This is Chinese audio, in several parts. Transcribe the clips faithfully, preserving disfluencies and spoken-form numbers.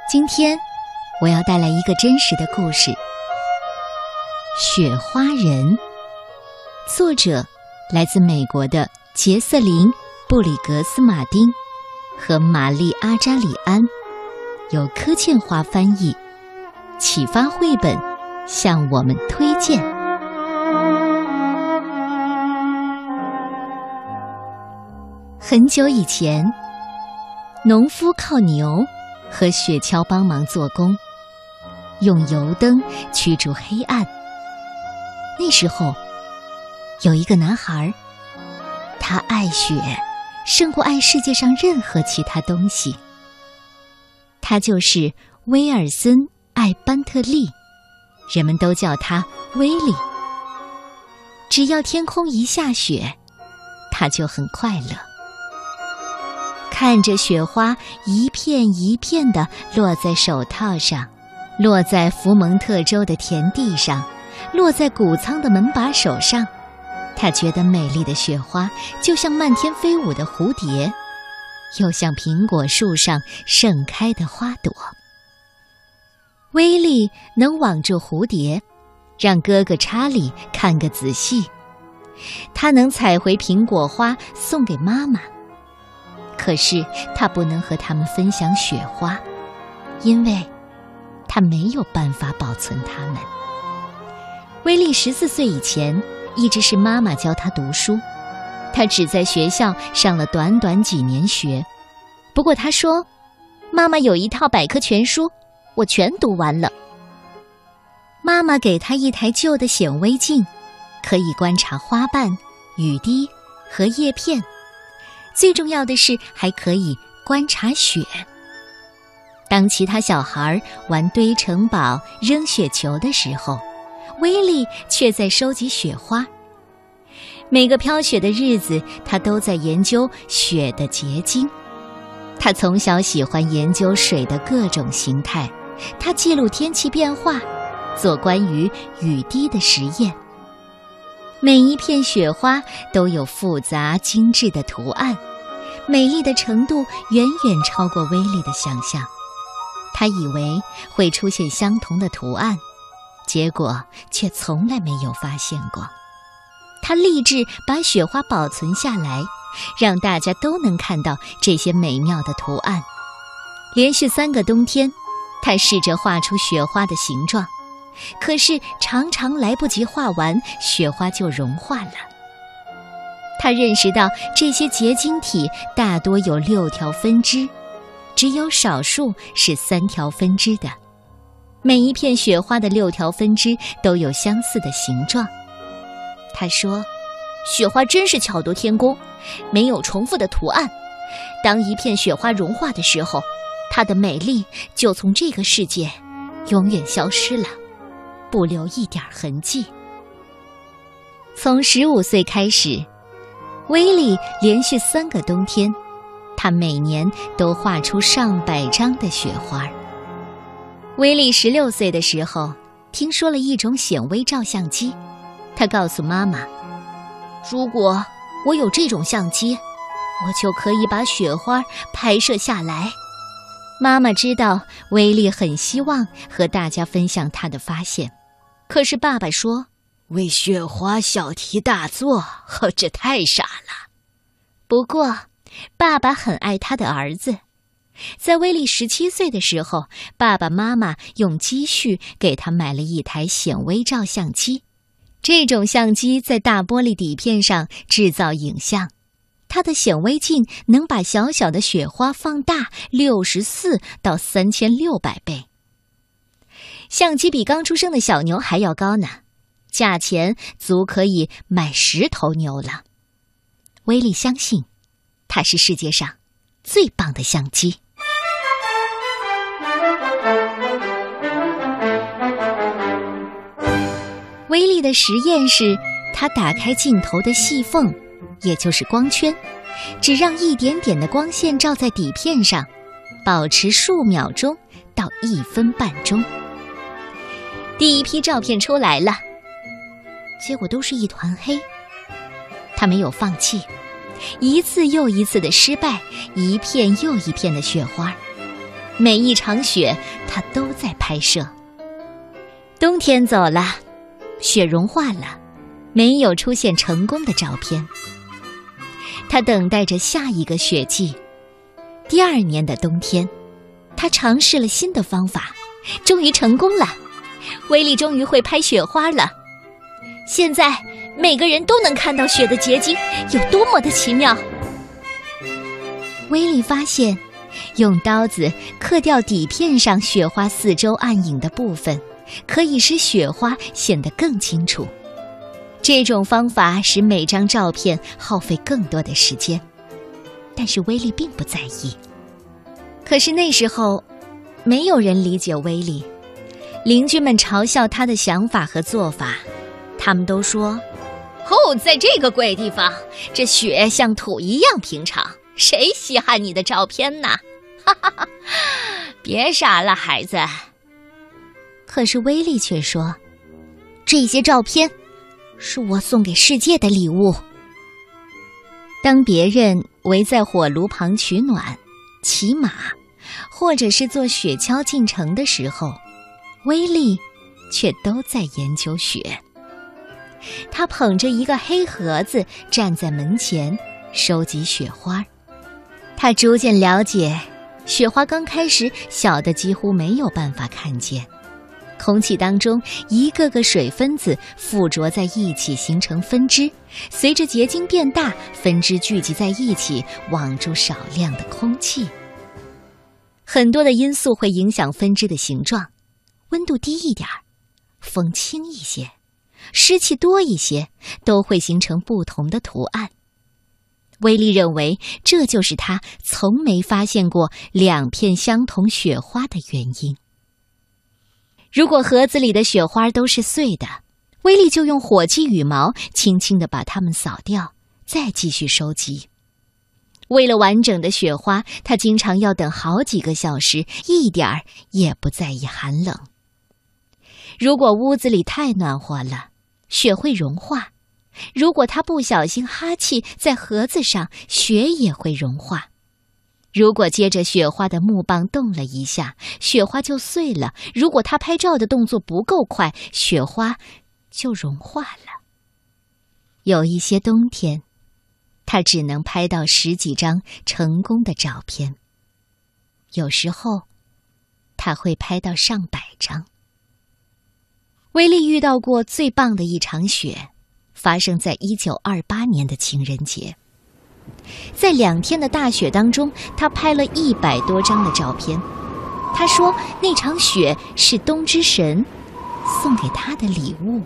今天我要带来一个真实的故事，《雪花人》，作者来自美国的杰瑟琳·布里格斯马丁和玛丽·阿扎里安，由柯倩华翻译，启发绘本向我们推荐。很久以前，农夫靠牛和雪橇帮忙做工，用油灯驱逐黑暗。那时候有一个男孩，他爱雪胜过爱世界上任何其他东西。他就是威尔森·艾班特利，人们都叫他威利。只要天空一下雪，他就很快乐，看着雪花一片一片地落在手套上，落在福蒙特州的田地上，落在谷仓的门把手上。他觉得美丽的雪花就像漫天飞舞的蝴蝶，又像苹果树上盛开的花朵。威利能网住蝴蝶，让哥哥查理看个仔细。他能采回苹果花送给妈妈，可是他不能和他们分享雪花，因为他没有办法保存它们。威利十四岁以前一直是妈妈教他读书，他只在学校上了短短几年学。不过他说，妈妈有一套百科全书，我全读完了。妈妈给他一台旧的显微镜，可以观察花瓣、雨滴和叶片，最重要的是还可以观察雪。当其他小孩玩堆城堡、扔雪球的时候，威利却在收集雪花。每个飘雪的日子，他都在研究雪的结晶。他从小喜欢研究水的各种形态，他记录天气变化，做关于雨滴的实验。每一片雪花都有复杂精致的图案，美丽的程度远远超过威利的想象。他以为会出现相同的图案，结果却从来没有发现过。他立志把雪花保存下来，让大家都能看到这些美妙的图案。连续三个冬天，他试着画出雪花的形状，可是常常来不及画完，雪花就融化了。他认识到这些结晶体大多有六条分支，只有少数是三条分支的。每一片雪花的六条分支都有相似的形状。他说，雪花真是巧夺天工，没有重复的图案。当一片雪花融化的时候，它的美丽就从这个世界永远消失了，不留一点痕迹。从十五岁开始，威利连续三个冬天，他每年都画出上百张的雪花。威利十六岁的时候，听说了一种显微照相机，他告诉妈妈，如果我有这种相机，我就可以把雪花拍摄下来。妈妈知道威利很希望和大家分享他的发现，可是爸爸说，为雪花小题大做，哦，这太傻了。不过爸爸很爱他的儿子。在威利十七岁的时候，爸爸妈妈用积蓄给他买了一台显微照相机。这种相机在大玻璃底片上制造影像，它的显微镜能把小小的雪花放大六十四到三千六百倍。相机比刚出生的小牛还要高呢，价钱足可以买十头牛了。威利相信，它是世界上最棒的相机。威利的实验是，他打开镜头的细缝，也就是光圈，只让一点点的光线照在底片上，保持数秒钟到一分半钟。第一批照片出来了，结果都是一团黑。他没有放弃，一次又一次的失败，一片又一片的雪花。 每一场雪他都在拍摄。冬天走了，雪融化了，没有出现成功的照片。他等待着下一个雪季。第二年的冬天，他尝试了新的方法，终于成功了。威利终于会拍雪花了。现在每个人都能看到雪的结晶有多么的奇妙。威利发现，用刀子刻掉底片上雪花四周暗影的部分，可以使雪花显得更清楚。这种方法使每张照片耗费更多的时间，但是威利并不在意。可是那时候，没有人理解威利，邻居们嘲笑他的想法和做法。他们都说：“哦，在这个鬼地方，这雪像土一样平常，谁稀罕你的照片呢？”哈哈哈，别傻了，孩子。可是威利却说：“这些照片是我送给世界的礼物。”当别人围在火炉旁取暖、骑马，或者是坐雪橇进城的时候，威利却都在研究雪。他捧着一个黑盒子站在门前，收集雪花。他逐渐了解，雪花刚开始小的几乎没有办法看见，空气当中一个个水分子附着在一起形成分支，随着结晶变大，分支聚集在一起，网住少量的空气。很多的因素会影响分支的形状，温度低一点，风轻一些，湿气多一些，都会形成不同的图案。威利认为这就是他从没发现过两片相同雪花的原因。如果盒子里的雪花都是碎的，威利就用火鸡羽毛轻轻地把它们扫掉，再继续收集。为了完整的雪花，他经常要等好几个小时，一点儿也不在意寒冷。如果屋子里太暖和了，雪会融化；如果他不小心哈气在盒子上，雪也会融化。如果接着雪花的木棒动了一下，雪花就碎了；如果他拍照的动作不够快，雪花就融化了。有一些冬天，他只能拍到十几张成功的照片，有时候他会拍到上百张。威利遇到过最棒的一场雪，发生在一九二八年的情人节。在两天的大雪当中，他拍了一百多张的照片。他说那场雪是冬之神送给他的礼物。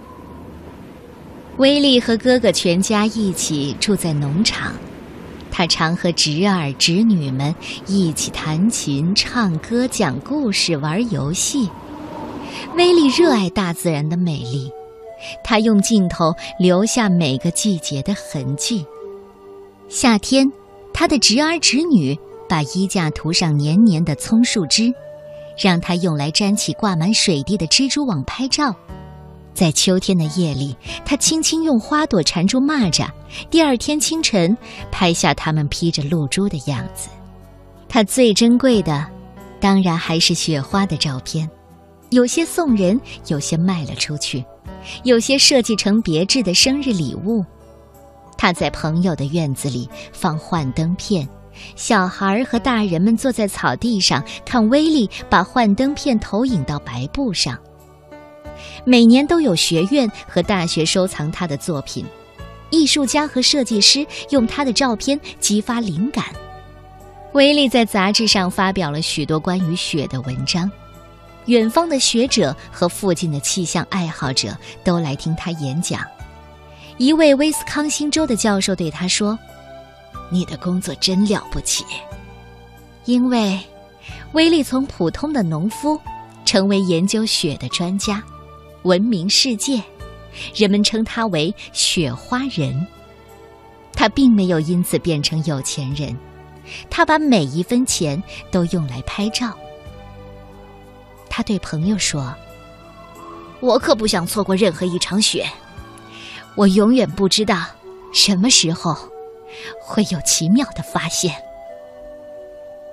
威利和哥哥全家一起住在农场，他常和侄儿侄女们一起弹琴、唱歌、讲故事、玩游戏。威利热爱大自然的美丽，他用镜头留下每个季节的痕迹。夏天，他的侄儿侄女把衣架涂上黏黏的葱树枝，让他用来粘起挂满水滴的蜘蛛网拍照。在秋天的夜里，他轻轻用花朵缠住蚂蚱，第二天清晨拍下它们披着露珠的样子。他最珍贵的当然还是雪花的照片，有些送人，有些卖了出去，有些设计成别致的生日礼物。他在朋友的院子里放幻灯片，小孩和大人们坐在草地上看威利把幻灯片投影到白布上。每年都有学院和大学收藏他的作品，艺术家和设计师用他的照片激发灵感。威利在杂志上发表了许多关于雪的文章，远方的学者和附近的气象爱好者都来听他演讲。一位威斯康星州的教授对他说：“你的工作真了不起。”因为威利从普通的农夫成为研究雪的专家，闻名世界，人们称他为雪花人。他并没有因此变成有钱人，他把每一分钱都用来拍照。他对朋友说：“我可不想错过任何一场雪，我永远不知道什么时候会有奇妙的发现。”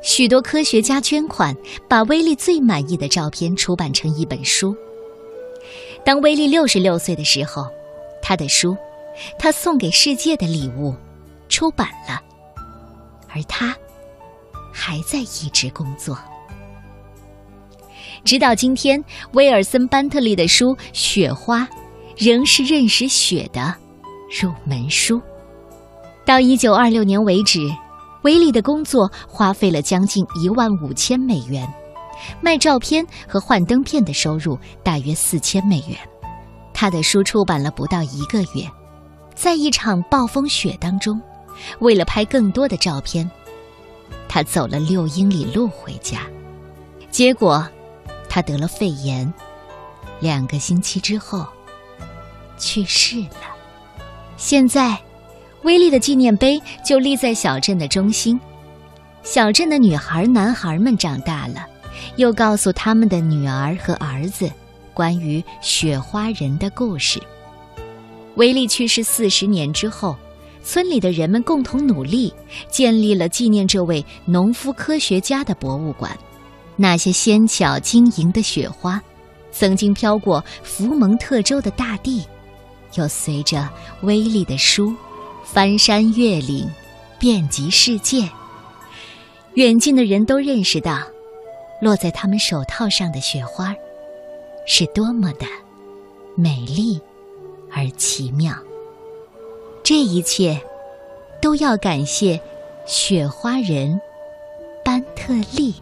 许多科学家捐款，把威利最满意的照片出版成一本书。当威利六十六岁的时候，他的书《他送给世界的礼物》出版了，而他还在一直工作。直到今天，威尔森·班特利的书《雪花》仍是认识雪的入门书。到一九二六年为止，威利的工作花费了将近一万五千美元，卖照片和幻灯片的收入大约四千美元。他的书出版了不到一个月，在一场暴风雪当中，为了拍更多的照片，他走了六英里路回家，结果他得了肺炎，两个星期之后去世了。现在威利的纪念碑就立在小镇的中心，小镇的女孩男孩们长大了，又告诉他们的女儿和儿子关于雪花人的故事。威利去世四十年之后，村里的人们共同努力，建立了纪念这位农夫科学家的博物馆。那些纤巧晶莹的雪花，曾经飘过福蒙特州的大地，又随着威利的书翻山越岭，遍及世界。远近的人都认识到，落在他们手套上的雪花是多么的美丽而奇妙。这一切都要感谢雪花人班特利。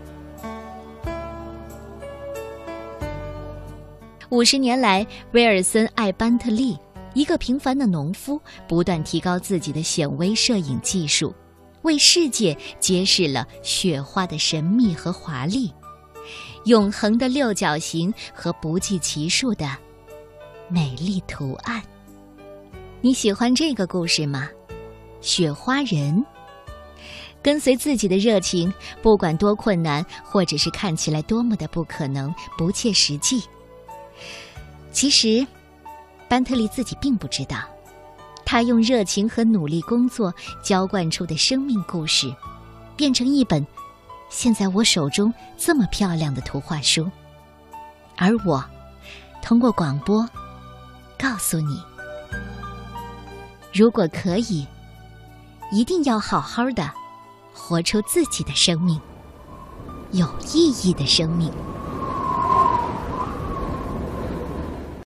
五十年来，威尔森·艾班特利，一个平凡的农夫，不断提高自己的显微摄影技术，为世界揭示了雪花的神秘和华丽，永恒的六角形和不计其数的美丽图案。你喜欢这个故事吗？雪花人。跟随自己的热情，不管多困难，或者是看起来多么的不可能、不切实际。其实班特利自己并不知道，他用热情和努力工作浇灌出的生命故事，变成一本现在我手中这么漂亮的图画书。而我通过广播告诉你，如果可以，一定要好好的活出自己的生命，有意义的生命。